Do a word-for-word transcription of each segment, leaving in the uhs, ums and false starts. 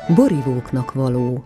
Borívóknak való.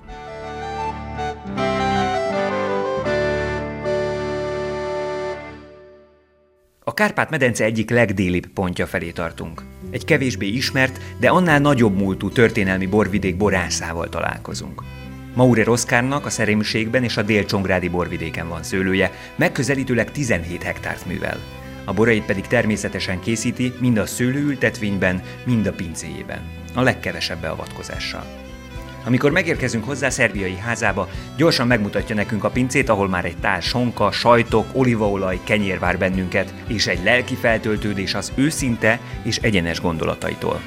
A Kárpát-medence egyik legdélibb pontja felé tartunk. Egy kevésbé ismert, de annál nagyobb múltú történelmi borvidék borászával találkozunk. Maurer Oszkárnak a Szerémségben és a dél-csongrádi borvidéken van szőlője, megközelítőleg tizenhét hektárt művel. A borait pedig természetesen készíti mind a szőlőültetvényben, mind a pincéjében, a legkevesebb beavatkozással. Amikor megérkezünk hozzá szerbiai házába, gyorsan megmutatja nekünk a pincét, ahol már egy tál sonka, sajtok, olívaolaj, kenyér vár bennünket, és egy lelki feltöltődés az őszinte és egyenes gondolataitól.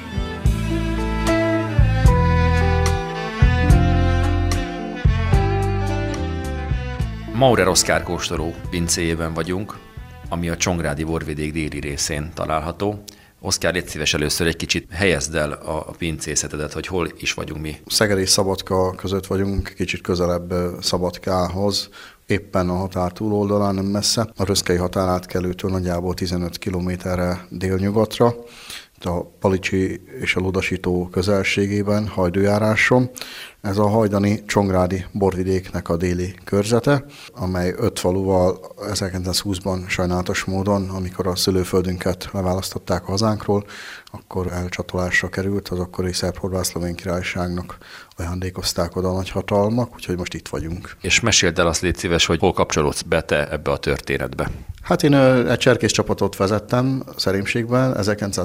Maurer Oszkár kóstoló pincéjében vagyunk, ami a csongrádi borvidék déli részén található. Oszkár, légy szíves, először egy kicsit helyezd el a pincészetedet, hogy hol is vagyunk mi. Szeged és Szabadka között vagyunk, kicsit közelebb Szabadkához, éppen a határ túloldalán, nem messze. A röszkei határátkelőtől nagyjából tizenöt kilométerre délnyugatra, a Palicsi és a Ludasító közelségében, hajdújáráson. Ez a hajdani csongrádi borvidéknek a déli körzete, amely öt faluval ezerkilencszázhúszban sajnálatos módon, amikor a szülőföldünket leválasztották a hazánkról, akkor elcsatolásra került, az akkori szerb-horvát-szlovén királyságnak ajándékozták oda a nagyhatalmak, úgyhogy most itt vagyunk. És meséld el azt, légy szíves, hogy hol kapcsolódsz be te ebbe a történetbe. Hát én egy cserkész csapatot vezettem Szerémségben,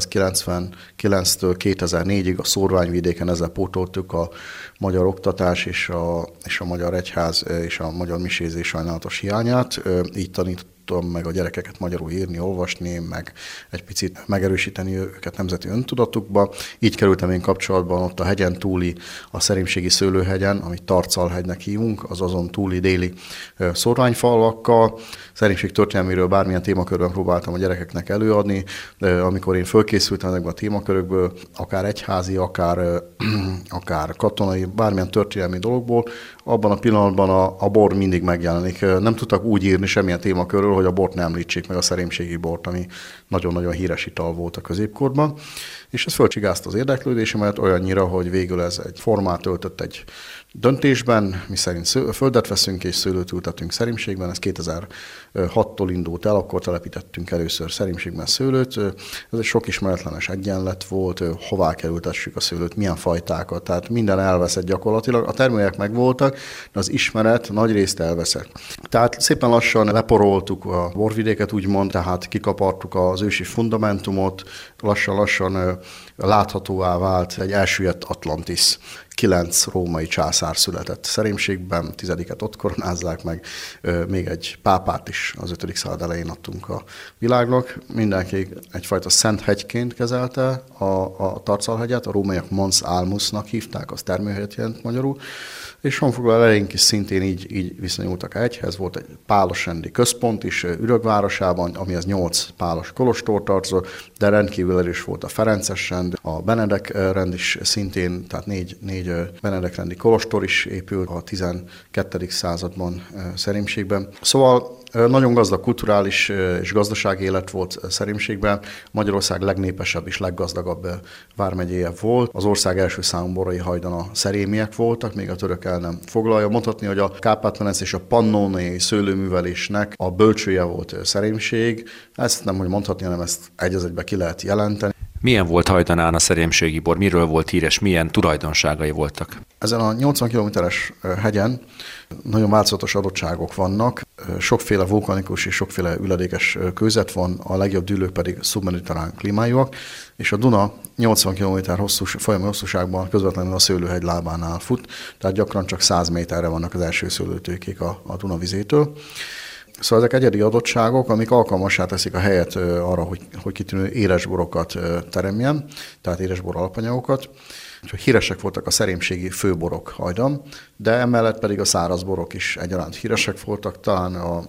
ezerkilencszázkilencvenkilenctől kétezer-négyig a Szórványvidéken, ezzel pótoltuk a magyar oktatás és a, és a magyar egyház és a magyar misézés sajnálatos hiányát. Így tanítottam meg a gyerekeket magyarul írni, olvasni, meg egy picit megerősíteni őket nemzeti öntudatukba. Így kerültem én kapcsolatban ott a hegyen túli, a Szerémségi Szőlőhegyen, amit Tarcalhegynek hívunk, az azon túli déli szórványfalvakkal. Szerémség történelméről bármilyen témakörben próbáltam a gyerekeknek előadni, de amikor én fölkészültem ezekben a témakörökből, akár egyházi, akár, akár katonai, bármilyen történelmi dologból, abban a pillanatban a, a bor mindig megjelenik. Nem tudtak úgy írni semmilyen témakörről, hogy a bort ne említsék meg, a szerémségi bort, ami nagyon-nagyon híres ital volt a középkorban. És ez fölcsigázta az érdeklődésemet olyannyira, hogy végül ez egy formát öltött egy döntésben, miszerint földet veszünk és szőlőt ültetünk Szerémségben. Ez kétezer-hattól indult el, akkor telepítettünk először Szerémségben szőlőt. Ez egy sok ismeretlenes egyenlet volt, hová kell ültessük a szőlőt, milyen fajtákat, tehát minden elveszett gyakorlatilag. A termőhelyek megvoltak, de az ismeret nagy részt elveszett. Tehát szépen lassan leporoltuk a borvidéket, úgymond, tehát kikapartuk az ősi fundamentumot, lassan-lassan láthatóvá vált egy elsüllyedt Atlantis. Kilenc római császár született Szerémségben, tizediket ott koronázzák meg, még egy pápát is az ötödik század elején adtunk a világnak. Mindenki egyfajta szent hegyként kezelte a, a Tarcalhegyet, a rómaiak Mons Almusnak hívták, az termőhelyet jelent magyarul, és honfoglaló elejénk is szintén így, így viszonyultak a hegyhez. Volt egy pálosrendi központ is Ürögvárosában, amihez nyolc pálos kolostor tartozott, de rendkívül erős volt a Ferences rend, a Benedek rend is szintén, tehát négy, négy Benedek rendi kolostor is épült a tizenkettedik században Szerémségben. Szóval nagyon gazdag kulturális és gazdasági élet volt Szerémségben. Magyarország legnépesebb és leggazdagabb vármegyéje volt. Az ország első számú borai hajdan a szerémiek voltak, még a török el nem foglalja. Mondhatni, hogy a Kárpát-medence és a pannóniai szőlőművelésnek a bölcsője volt Szerémség. Ezt nem, hogy mondhatni, hanem ezt egy az egybe ki lehet jelenteni. Milyen volt hajdanán a szerémségi bor? Miről volt híres? Milyen tulajdonságai voltak? Ezen a nyolcvan kilométeres hegyen nagyon változatos adottságok vannak. Sokféle vulkanikus és sokféle üledékes kőzet van, a legjobb dűlők pedig szubmediterrán klímájúak, és a Duna nyolcvan kilométer hosszús, folyami hosszúságban közvetlenül a szőlőhegy lábánál fut, tehát gyakran csak száz méterre vannak az első szőlőtőkék a, a Duna vizétől. Szóval ezek egyedi adottságok, amik alkalmassá teszik a helyet arra, hogy, hogy kitűnő éresborokat teremjen, tehát éresbor alapanyagokat. Úgyhogy híresek voltak a szerémségi főborok hajdan, de emellett pedig a szárazborok is egyaránt híresek voltak, talán a,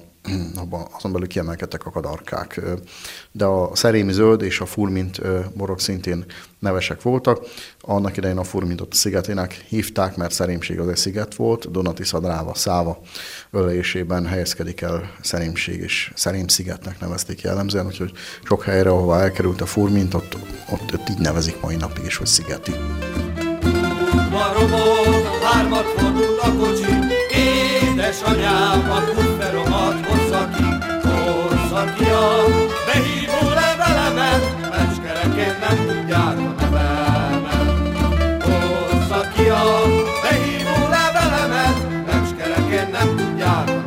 azon belül kiemelkedtek a kadarkák. De a szerémi zöld és a furmint borok szintén nevesek voltak. Annak idején a furmintot szigetének hívták, mert Szerémség az egy sziget volt, Dunatisza, Dráva, Száva ölelésében helyezkedik el Szerémség, és Szerém-szigetnek nevezték jellemzően, úgyhogy sok helyre, ahova elkerült a furmint, ott, ott, ott így nevezik mai napig is, hogy szigeti. Romaromol, hármat fordul a kocsi, édesanyám a kufferomat hozza ki, hozza ki a behívó levelemet, meskerekén nem tudják a nevemet. Hozza ki a behívó levelemet, meskerekén nem tudják a nevemet.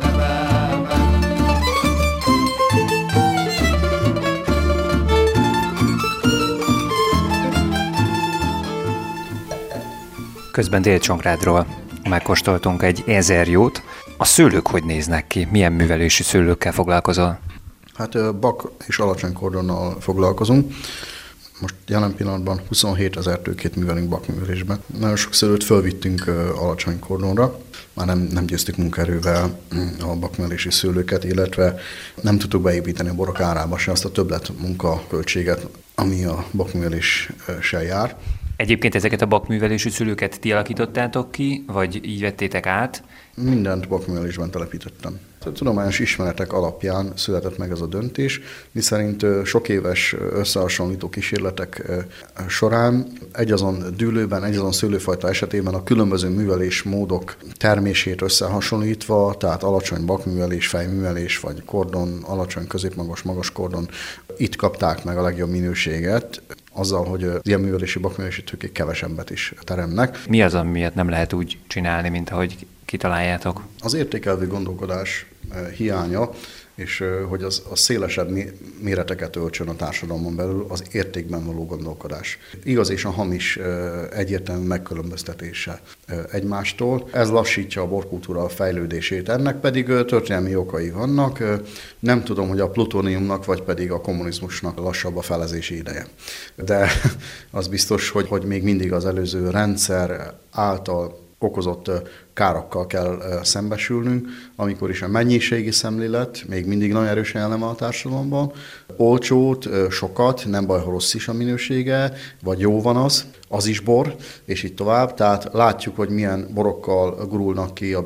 Közben Dél-Csongrádról megkóstoltunk egy ezer jót. A szőlők hogy néznek ki? Milyen művelési szőlőkkel foglalkozol? Hát bak és alacsony kordonnal foglalkozunk. Most jelen pillanatban huszonhét ezer tőkét művelünk bakművelésben. Nagyon sok szőlőt fölvittünk alacsony kordonra. Már nem, nem győztük munkaerővel a bakművelési szőlőket, illetve nem tudtuk beépíteni a borok árába se azt a többlet munkaköltséget, ami a bakműveléssel jár. Egyébként ezeket a bakművelésű szőlőket ti alakítottátok ki, vagy így vettétek át? Mindent bakművelésben telepítettem. A tudományos ismeretek alapján született meg ez a döntés, miszerint sok éves összehasonlító kísérletek során egyazon dűlőben, egyazon szőlőfajta esetében a különböző művelésmódok termését összehasonlítva, tehát alacsony bakművelés, fejművelés, vagy kordon, alacsony, középmagas, magas kordon, itt kapták meg a legjobb minőséget, azzal, hogy az ilyen művelési bakművelési tőkék kevesebbet is teremnek. Mi az, ami miatt nem lehet úgy csinálni, mint ahogy kitaláljátok? Az értékelvű gondolkodás hiánya, és hogy az a szélesebb méreteket öltsön a társadalmon belül, az értékben való gondolkodás. Igaz és a hamis egyértelmű megkülönböztetése egymástól. Ez lassítja a borkultúra fejlődését. Ennek pedig történelmi okai vannak. Nem tudom, hogy a plutóniumnak, vagy pedig a kommunizmusnak lassabb a felezési ideje. De az biztos, hogy, hogy még mindig az előző rendszer által okozott károkkal kell szembesülnünk, amikor is a mennyiségi szemlélet még mindig nagyon erősen jelen van a társadalomban. Olcsót, sokat, nem baj, ha rossz is a minősége, vagy jó van az, az is bor, és így tovább. Tehát látjuk, hogy milyen borokkal gurulnak ki a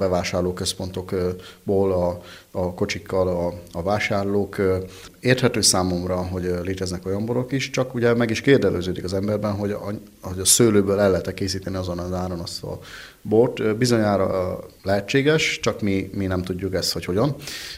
bevásárlóközpontokból, a, a kocsikkal a, a vásárlók. Érthető számomra, hogy léteznek olyan borok is, csak ugye meg is kérdelőződik az emberben, hogy a, hogy a szőlőből el lehet készíteni azon az áron azt a bort. Bizonyára lehetséges, csak mi, mi nem tudjuk ezt, hogy hogyan.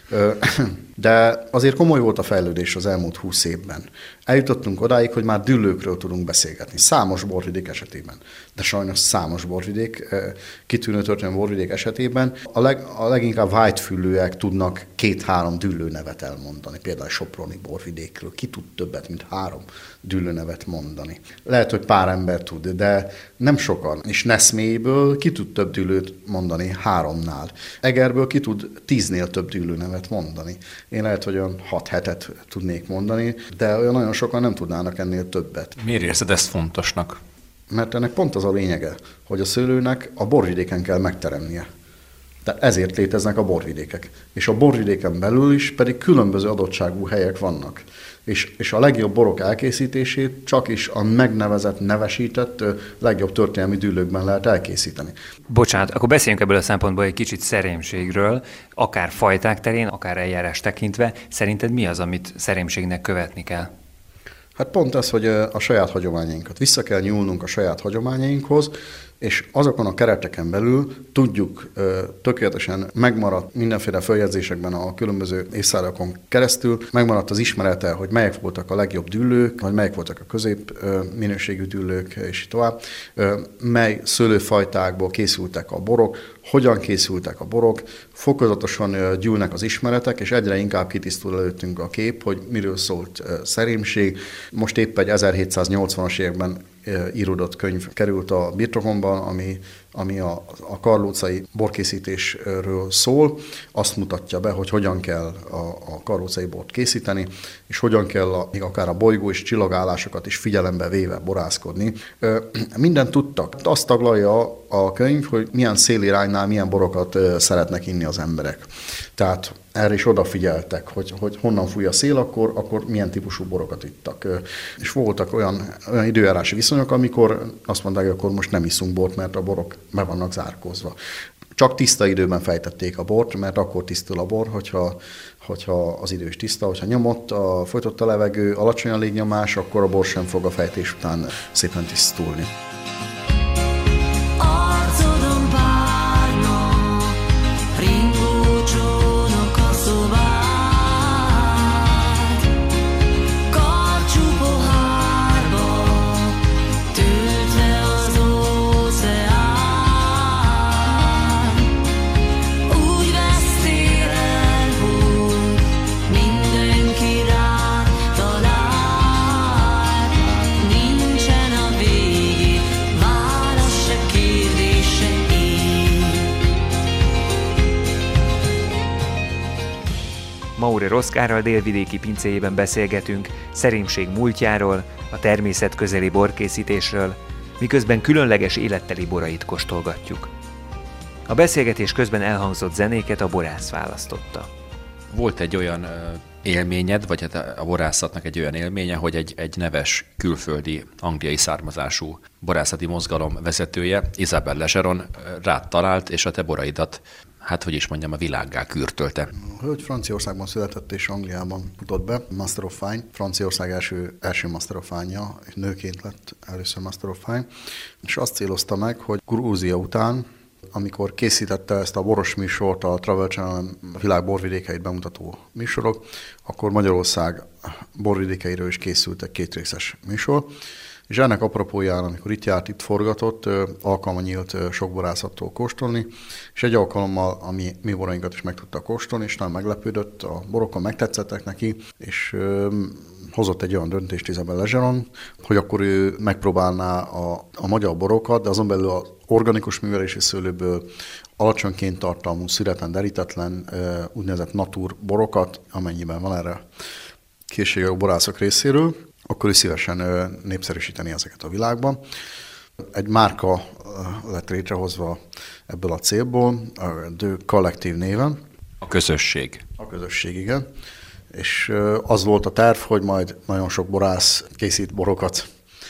De azért komoly volt a fejlődés az elmúlt húsz évben. Eljutottunk odáig, hogy már dűlőkről tudunk beszélgetni. Számos borvidék esetében. De sajnos számos borvidék, kitűnő történelmi borvidék esetében a, leg, a leginkább vágyfüllőek tudnak két-három dűlőnevet elmondani. Például soproni borvidékről. Ki tud többet, mint három dűlőnevet mondani? Lehet, hogy pár ember tud, de nem sokan. És Neszmélyből ki tud több dűlőt mondani háromnál. Egerből ki tud tíznél több dűlőnevet mondani. Én lehet, hogy olyan hat hetet tudnék mondani, de olyan nagyon sokan nem tudnának ennél többet. Miért érzed ezt fontosnak? Mert ennek pont az a lényege, hogy a szőlőnek a borvidéken kell megteremnie. Tehát ezért léteznek a borvidékek. És a borvidéken belül is pedig különböző adottságú helyek vannak. És, és a legjobb borok elkészítését csak is a megnevezett, nevesített, legjobb történelmi dűlőkben lehet elkészíteni. Bocsánat, akkor beszéljünk ebből a szempontból egy kicsit szerémségről, akár fajták terén, akár eljárás tekintve. Szerinted mi az, amit szerémségnek követni kell? Hát pont az, hogy a saját hagyományainkat. Vissza kell nyúlnunk a saját hagyományainkhoz, és azokon a kereteken belül tudjuk tökéletesen megmaradt mindenféle följegyzésekben a különböző évszázadokon keresztül, megmaradt az ismerete, hogy melyek voltak a legjobb dűlők, vagy melyek voltak a közép minőségű dűlők, és így tovább, mely szőlőfajtákból készültek a borok, hogyan készültek a borok, fokozatosan gyűlnek az ismeretek, és egyre inkább kitisztul előttünk a kép, hogy miről szólt szerémség. Most épp egy ezerhétszáznyolcvanas években íródott könyv került a birtokomban, ami, ami a, a karlócai borkészítésről szól. Azt mutatja be, hogy hogyan kell a, a karlócai bort készíteni, és hogyan kell a, még akár a bolygó és csillagállásokat is figyelembe véve borászkodni. Mindent tudtak. Azt taglalja a könyv, hogy milyen széliránynál milyen borokat szeretnek inni az emberek. Tehát erre is odafigyeltek, hogy, hogy honnan fúj a szél, akkor, akkor milyen típusú borokat ittak. És voltak olyan, olyan időjárási viszonyok, amikor azt mondták, hogy akkor most nem iszunk bort, mert a borok be vannak zárkózva. Csak tiszta időben fejtették a bort, mert akkor tisztul a bor, hogyha, hogyha az idő is tiszta, hogyha nyomott, a, folytott a levegő, alacsony a légnyomás, akkor a bor sem fog a fejtés után szépen tisztulni. Maurer Oszkárral délvidéki pincéjében beszélgetünk Szerémség múltjáról, a természet közeli borkészítésről, miközben különleges életteli borait kóstolgatjuk. A beszélgetés közben elhangzott zenéket a borász választotta. Volt egy olyan élményed, vagy hát a borászatnak egy olyan élménye, hogy egy, egy neves, külföldi, angliai származású borászati mozgalom vezetője, Isabelle Legeron rád talált, és a te boraidat, hát hogy is mondjam, a világgá kürtölte. A hölgy Franciaországban született és Angliában futott be, Master of Fine, Franciaország első, első Master of Fine-ja, nőként lett először Master of Fine, és azt célozta meg, hogy Grúzia után, amikor készítette ezt a boros műsort, a Travel Channel a világ borvidékeit bemutató műsorok, akkor Magyarország borvidékeiről is készült egy kétrészes műsor, és ennek apropóján, amikor itt járt, itt forgatott, alkalma nyílt sok borászattól kóstolni, és egy alkalommal a mi, mi borainkat is meg tudta kóstolni, és nagyon meglepődött, a borokon megtetszettek neki, és hozott egy olyan döntést Isabelle Legeron, hogy akkor ő megpróbálná a, a magyar borokat, de azon belül az organikus művelési szőlőből alacsony kéntartalmú, szüreten, derítetlen, úgynevezett natur borokat, amennyiben van erre készsége a borászok részéről, akkor ő szívesen népszerűsíteni ezeket a világban. Egy márka lett létrehozva ebből a célból, a The Collective néven. A közösség. A közösség, igen. És az volt a terv, hogy majd nagyon sok borász készít borokat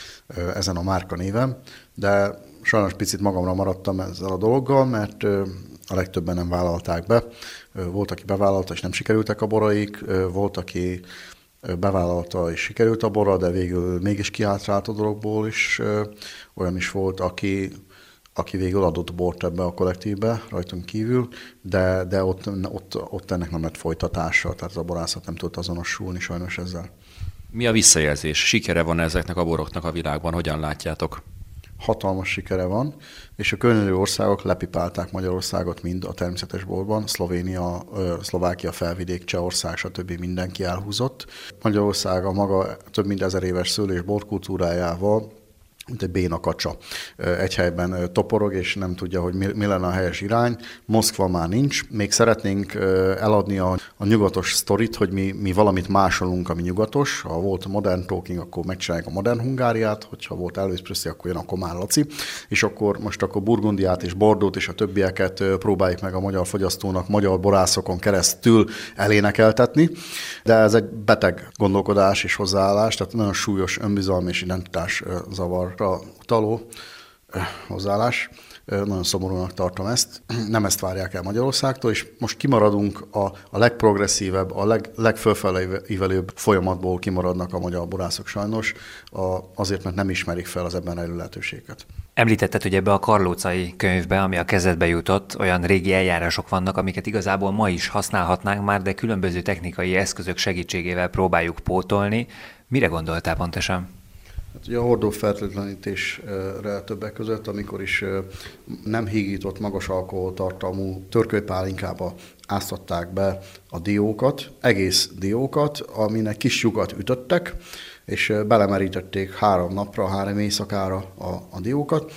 ezen a márka néven, de sajnos picit magamra maradtam ezzel a dologgal, mert a legtöbben nem vállalták be. Volt, aki bevállalta, és nem sikerültek a boraik, volt, aki bevállalta, és sikerült a bora, de végül mégis kiátrált a dologból is. Olyan is volt, aki, aki végül adott bort ebbe a kollektívbe, rajtunk kívül, de, de ott, ott, ott ennek nem lett folytatása, tehát a borászat nem tudott azonosulni sajnos ezzel. Mi a visszajelzés? Sikere van ezeknek a boroknak a világban? Hogyan látjátok? Hatalmas sikere van, és a környező országok lepipálták Magyarországot mind a természetes borban. Szlovénia, Szlovákia, Felvidék, Csehország, stb. Mindenki elhúzott. Magyarország a maga több mint ezer éves szőlő- és borkultúrájával, mint egy béna kacsa. Egy helyben toporog, és nem tudja, hogy mi, mi lenne a helyes irány. Moszkva már nincs. Még szeretnénk eladni a, a nyugatos sztorit, hogy mi, mi valamit másolunk, ami nyugatos. Ha volt Modern Talking, akkor megcsináljuk a Modern Hungáriát, hogyha volt Elvis Presley, akkor jön a Komár Laci. És akkor most akkor Burgundiát és Bordót és a többieket próbáljuk meg a magyar fogyasztónak, magyar borászokon keresztül elénekeltetni. De ez egy beteg gondolkodás és hozzáállás, tehát nagyon súlyos önbizalmi és identitás zavar utaló hozzáállás. Nagyon szomorúnak tartom ezt. Nem ezt várják el Magyarországtól, és most kimaradunk a, a legprogresszívebb, a leg, legfölfeleivelőbb folyamatból kimaradnak a magyar borászok sajnos, a, azért, mert nem ismerik fel az ebben rejlő lehetőséget. Említetted, hogy ebbe a Karlócai könyvbe, ami a kezedbe jutott, olyan régi eljárások vannak, amiket igazából ma is használhatnánk már, de különböző technikai eszközök segítségével próbáljuk pótolni. Mire gondoltál pontosan? Hát ugye a hordófertőtlenítésre többek között, amikor is nem hígított, magas alkoholtartalmú törkölypálinkába áztatták be a diókat, egész diókat, aminek kis lyukat ütöttek, és belemerítették három napra, három éjszakára a, a diókat.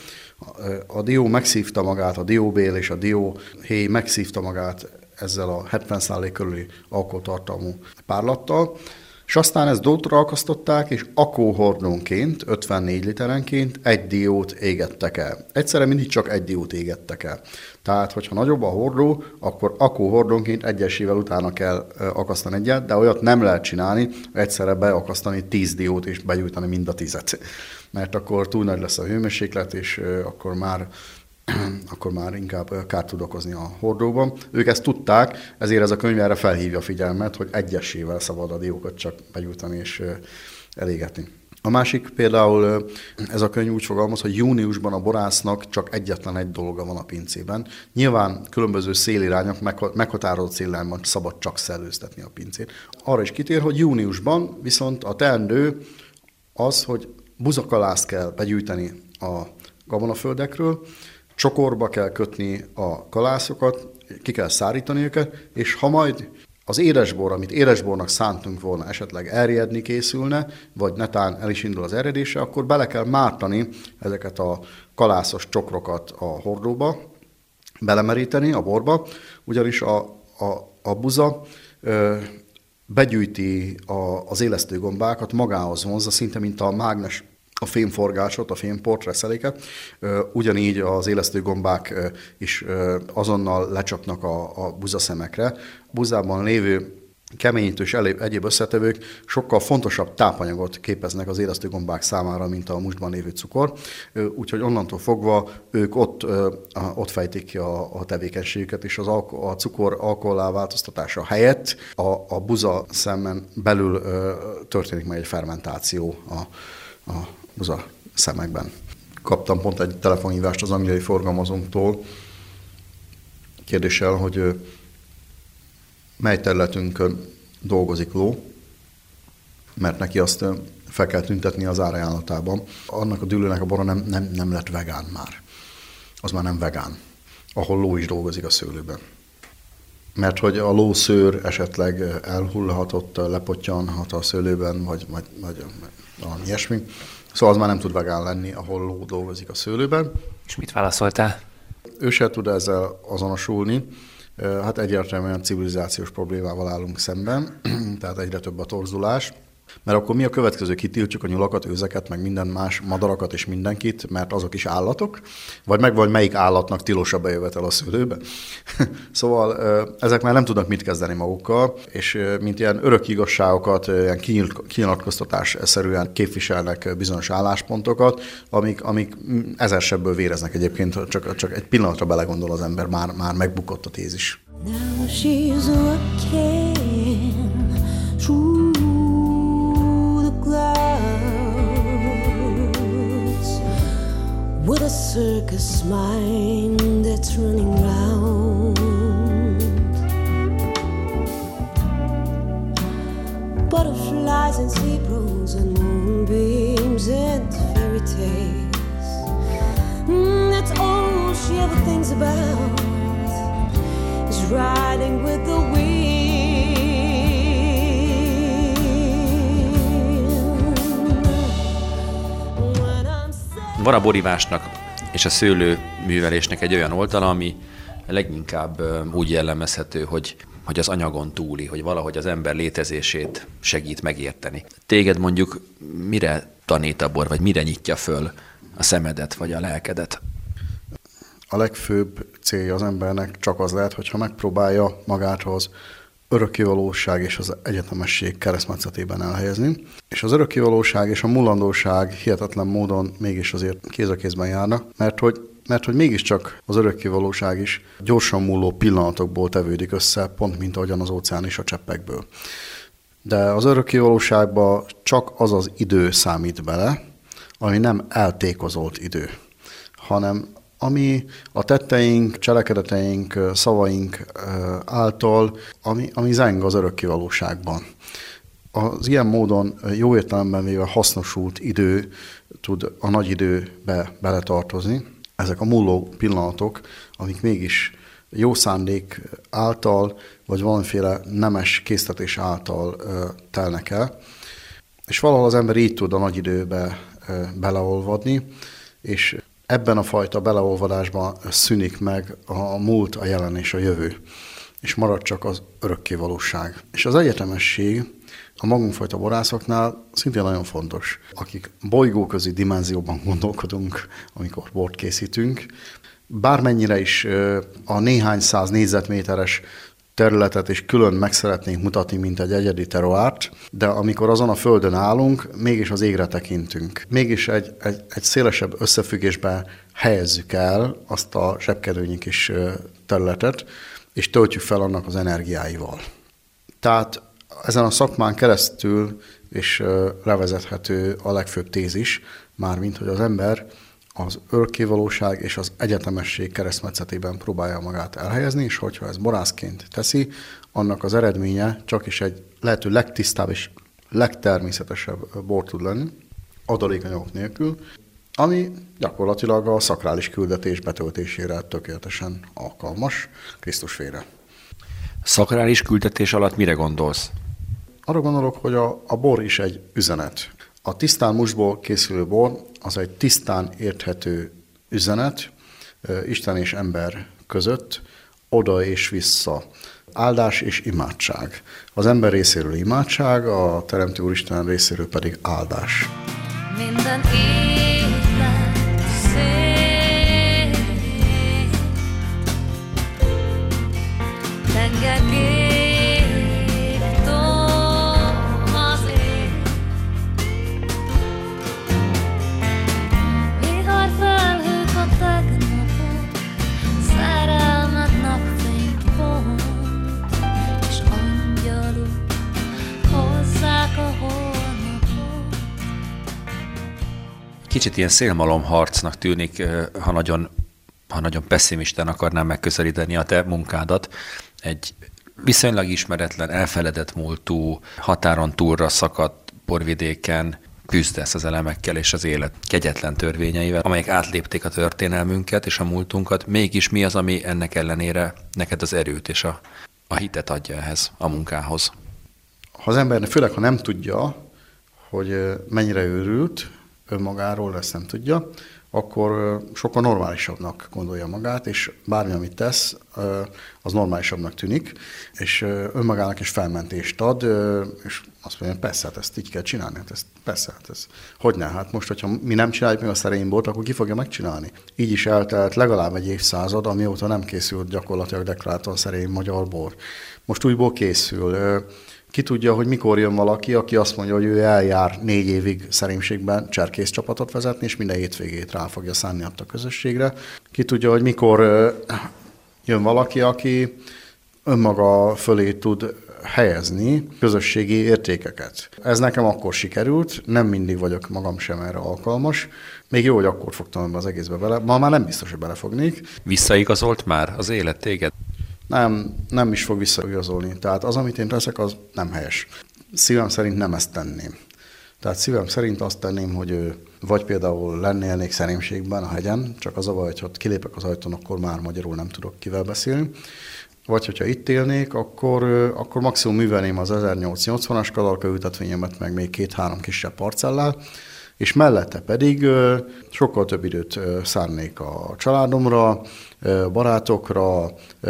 A dió megszívta magát, a dióbél és a dióhéj megszívta magát ezzel a hetven százalék körüli alkoholtartalmú párlattal, és aztán ezt dótra akasztották, és akóhordónként, ötvennégy literenként egy diót égettek el. Egyszerre mindig csak egy diót égettek el. Tehát, hogyha nagyobb a hordó, akkor akóhordónként egyesével utána kell akasztani egyet, de olyat nem lehet csinálni, egyszerre beakasztani tíz diót és begyújtani mind a tízet. Mert akkor túl nagy lesz a hőmérséklet, és akkor már akkor már inkább kárt tud okozni a hordóban. Ők ezt tudták, ezért ez a könyv erre felhívja a figyelmet, hogy egyesével szabad a diókat csak begyújtani és elégetni. A másik például ez a könyv úgy fogalmaz, hogy júniusban a borásznak csak egyetlen egy dolga van a pincében. Nyilván különböző szélirányok, meghatározott szélirányban szabad csak szellőztetni a pincét. Arra is kitér, hogy júniusban viszont a teendő az, hogy buzakalászt kell begyűjteni a gabonaföldekről, csokorba kell kötni a kalászokat, ki kell szárítani őket, és ha majd az édesbor, amit édesbornak szántunk volna, esetleg erjedni készülne, vagy netán el is indul az eredése, akkor bele kell mártani ezeket a kalászos csokrokat a hordóba, belemeríteni a borba, ugyanis a, a, a buza ö, begyűjti a, az élesztőgombákat, magához vonzza, szinte mint a mágnes a fémforgácsot, a fémport, reszeléket. Ugyanígy az élesztőgombák is azonnal lecsapnak a, a buzaszemekre. Buzában lévő keményítő és egyéb összetevők sokkal fontosabb tápanyagot képeznek az élesztőgombák számára, mint a mustban lévő cukor. Úgyhogy onnantól fogva ők ott, ott fejtik ki a, a tevékenységüket, és az alko- a cukor alkohollá változtatása helyett a, a buza szemen belül történik meg egy fermentáció a, a buza szemekben. Kaptam pont egy telefonhívást az angliai forgalmazónktól kérdéssel, hogy mely területünkön dolgozik ló, mert neki azt fel kell tüntetni az árajánlatában. Annak a dűlőnek a bora nem, nem, nem lett vegán már. Az már nem vegán, ahol ló is dolgozik a szőlőben. Mert hogy a lószőr esetleg elhullhatott, lepottyanhat a szőlőben, vagy, vagy, vagy valami ilyesmi. Szóval az már nem tud vegán lenni, ahol ló dolgozik a szőlőben. És mit válaszoltál? Ő se tud ezzel azonosulni. Hát egyértelműen civilizációs problémával állunk szemben, tehát egyre több a torzulás. Mert akkor mi a következő? Kitiltjuk a nyulakat, őzeket, meg minden más madarakat és mindenkit, mert azok is állatok? Vagy meg vagy melyik állatnak tilos a bejövetel a szőlőbe? Szóval ezek már nem tudnak mit kezdeni magukkal, és mint ilyen örök igazságokat, ilyen kinyilatkoztatásszerűen képviselnek bizonyos álláspontokat, amik, amik ezersebből véreznek egyébként, csak, csak egy pillanatra belegondol az ember, már, már megbukott a tézis. Now she's walking through the clouds with a circus mind that's running round. Butterflies and zebras and moonbeams and fairy tales. Mm, that's all she ever thinks about. Riding with the wind. Van a borivásnak és a szőlőművelésnek egy olyan oldala, ami leginkább úgy jellemezhető, hogy, hogy az anyagon túli, hogy valahogy az ember létezését segít megérteni. Téged mondjuk mire tanít a bor, vagy mire nyitja föl a szemedet, vagy a lelkedet? A legfőbb célja az embernek csak az lehet, hogyha megpróbálja magát az örökkévalóság és az egyetemesség keresztmetszetében elhelyezni. És az örökkévalóság és a mullandóság hihetetlen módon mégis azért kéz a kézben járnak, mert hogy, mert hogy mégiscsak az örökkévalóság is gyorsan múló pillanatokból tevődik össze, pont mint ahogyan az óceán is a cseppekből. De az örökkévalóságban csak az az idő számít bele, ami nem eltékozolt idő, hanem ami a tetteink, cselekedeteink, szavaink által, ami, ami zeng az örökkévalóságban. Az ilyen módon jó értelemben véve hasznosult idő tud a nagy időbe beletartozni. Ezek a múló pillanatok, amik mégis jó szándék által, vagy valamiféle nemes késztetés által telnek el. És valahol az ember így tud a nagy időbe beleolvadni, és ebben a fajta beleolvadásban szűnik meg a múlt, a jelen és a jövő, és marad csak az örökkévalóság. És az egyetemesség a magunkfajta borászoknál szintén nagyon fontos. Akik bolygóközi dimenzióban gondolkodunk, amikor bort készítünk, bármennyire is a néhány száz négyzetméteres területet is külön meg szeretnénk mutatni, mint egy egyedi teroárt, de amikor azon a földön állunk, mégis az égre tekintünk. Mégis egy, egy, egy szélesebb összefüggésbe helyezzük el azt a zsebkedőnyi kis területet, és töltjük fel annak az energiáival. Tehát ezen a szakmán keresztül is levezethető a legfőbb tézis, mármint, hogy az ember az örökkévalóság és az egyetemesség keresztmetszetében próbálja magát elhelyezni, és hogyha ez borászként teszi, annak az eredménye csak is egy lehető legtisztább és legtermészetesebb bor tud lenni, adalékanyagok nélkül, ami gyakorlatilag a szakrális küldetés betöltésére tökéletesen alkalmas, Krisztus vére. Szakrális küldetés alatt mire gondolsz? Arra gondolok, hogy a, a bor is egy üzenet. A tisztán mustból készülő bor az egy tisztán érthető üzenet Isten és ember között, oda és vissza. áldás és imádság. Az ember részéről imádság, a Teremtő Úristen részéről pedig áldás. Minden élet szép, tenger kék, tom az ég, vihar felhők a tegnapon, szerelmed napfényt pont, és angyalok hozzák a holnapot. Kicsit ilyen szélmalomharcnak tűnik, ha nagyon, ha nagyon pessimisten akarnám megközelíteni a te munkádat. Egy viszonylag ismeretlen, elfeledett múltú, határon túlra szakadt borvidéken küzdesz az elemekkel és az élet kegyetlen törvényeivel, amelyek átlépték a történelmünket és a múltunkat. Mégis mi az, ami ennek ellenére neked az erőt és a, a hitet adja ehhez a munkához? Ha az ember, főleg ha nem tudja, hogy mennyire őrült, önmagáról ezt nem tudja, akkor sokkal normálisabbnak gondolja magát, és bármi, amit tesz, az normálisabbnak tűnik, és önmagának is felmentést ad, és azt mondja, persze, hát ezt így kell csinálni, hát ezt, persze, hát ez, hogyne, hát most, hogyha mi nem csináljuk meg a szerénybort, akkor ki fogja megcsinálni? Így is eltelt legalább egy évszázad, amióta nem készült gyakorlatilag deklaráltan szerény magyar bor. Most újból készül. Ki tudja, hogy mikor jön valaki, aki azt mondja, hogy ő eljár négy évig szerémségben cserkész csapatot vezetni, és minden hétvégét rá fogja szánni a közösségre. Ki tudja, hogy mikor jön valaki, aki önmaga fölé tud helyezni közösségi értékeket. Ez nekem akkor sikerült, nem mindig vagyok magam sem erre alkalmas. Még jó, hogy akkor fogtam ebbe az egészbe bele. Ma már nem biztos, hogy belefognék. Visszaigazolt már az élet téged? Nem, nem is fog visszaigazolni. Tehát az, amit én teszek, az nem helyes. Szívem szerint nem ezt tenném. Tehát szívem szerint azt tenném, hogy vagy például lennélnék szerémségben a hegyen, csak az a baj, hogy ha kilépek az ajtón, akkor már magyarul nem tudok kivel beszélni. Vagy hogyha itt élnék, akkor, akkor maximum művelném az ezernyolcszáznyolcvanas kadarka ültetvényemet, meg még két-három kisebb parcellál, és mellette pedig sokkal több időt szánnék a családomra, barátokra,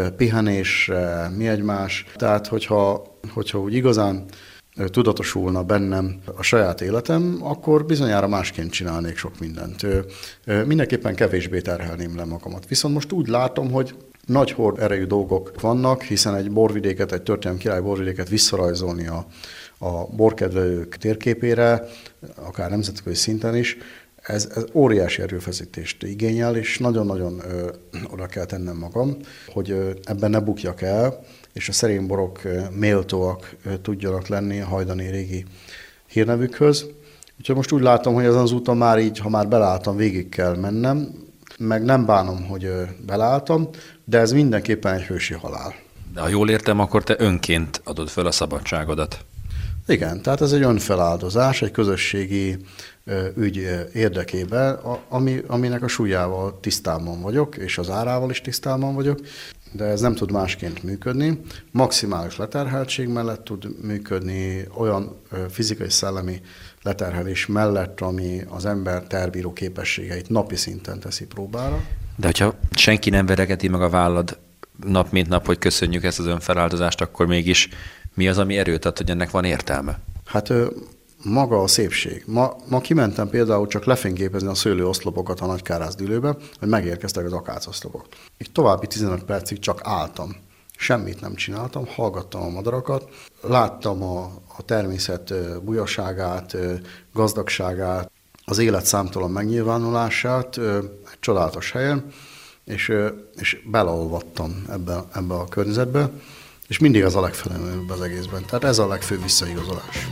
pihenésre, mi egymás. Tehát, hogyha, hogyha úgy igazán tudatosulna bennem a saját életem, akkor bizonyára másként csinálnék sok mindent. Mindenképpen kevésbé terhelném le magamat. Viszont most úgy látom, hogy nagy hord erejű dolgok vannak, hiszen egy borvidéket, egy történelmi király borvidéket visszarajzolni a, a borkedvelők térképére, akár nemzetközi szinten is, ez, ez óriási erőfeszítést igényel, és nagyon-nagyon ö, oda kell tennem magam, hogy ö, ebben ne bukjak el, és a szerény borok ö, méltóak ö, tudjanak lenni a hajdani régi hírnevükhöz. Úgyhogy most úgy látom, hogy ezen az úton már így, ha már beleálltam, végig kell mennem, meg nem bánom, hogy ö, beleálltam, de ez mindenképpen egy hősi halál. De ha jól értem, akkor te önként adod fel a szabadságodat. Igen, tehát ez egy önfeláldozás, egy közösségi ö, ügy érdekében, a, ami, aminek a súlyával tisztában vagyok, és az árával is tisztában vagyok, de ez nem tud másként működni. Maximális leterheltség mellett tud működni, olyan ö, fizikai, szellemi leterhelés mellett, ami az ember terbíró képességeit napi szinten teszi próbára. De hogyha senki nem veregeti meg a vállad nap mint nap, hogy köszönjük ezt az önfeláldozást, akkor mégis mi az, ami erőt ad, hogy ennek van értelme? Hát maga a szépség. Ma, ma kimentem például csak lefényképezni a szőlőoszlopokat a Nagykárász-dűlőbe, hogy megérkeztek az akácoszlopok. Így további tizenöt percig csak álltam. Semmit nem csináltam, hallgattam a madarakat, láttam a, a természet bujaságát, gazdagságát, az élet számtalan megnyilvánulását egy csodálatos helyen, és, és beleolvattam ebbe, ebbe a környezetbe, és mindig az a legfelelőbb az egészben. Tehát ez a legfőbb visszaigazolás.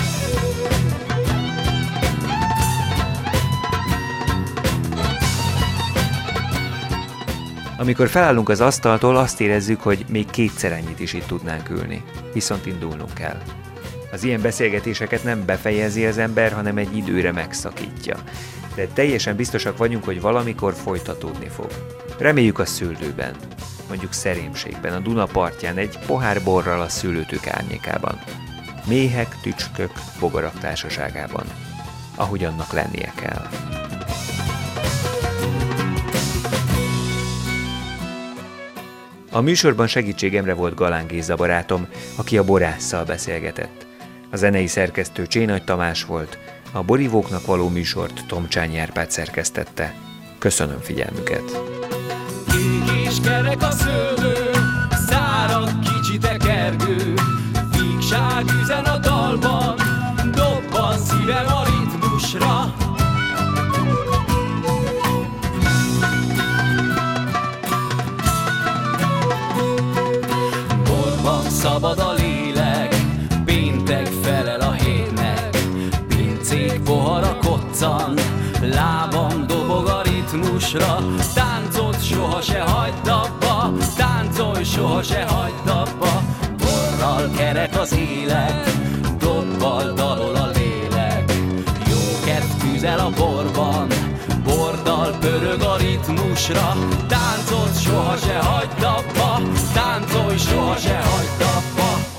Amikor felállunk az asztaltól, azt érezzük, hogy még kétszer ennyit is itt tudnánk ülni. Viszont indulnunk kell. Az ilyen beszélgetéseket nem befejezi az ember, hanem egy időre megszakítja. De teljesen biztosak vagyunk, hogy valamikor folytatódni fog. Reméljük a szőlőben, mondjuk szerémségben, a Duna partján, egy pohár borral a szőlőtők árnyékában. Méhek, tücskök, bogarak társaságában. Ahogy annak lennie kell. A műsorban segítségemre volt Galán Géza barátom, aki a borásszal beszélgetett. A zenei szerkesztő Csénagy Tamás volt, a borívóknak való műsort Tomcsányi Árpád szerkesztette. Köszönöm figyelmüket! Kék és kerek a szőlő, szárad kicsi tekergő, vígság üzen a dalban, dobban szívem a ritmusra. Borban szabad a lélek, péntek felel a hétnek, pincék pohara koccan, lábam dobog a ritmusra. Táncolt soha se hagyd abba, táncolj soha se hagyd abba. Borral kerek az élet, dobbal dalol a lélek. Jó kedv tüzel a borban, bordal pörög a ritmusra. Táncolt soha se hagyd abba, táncolj soha se hagyd abba.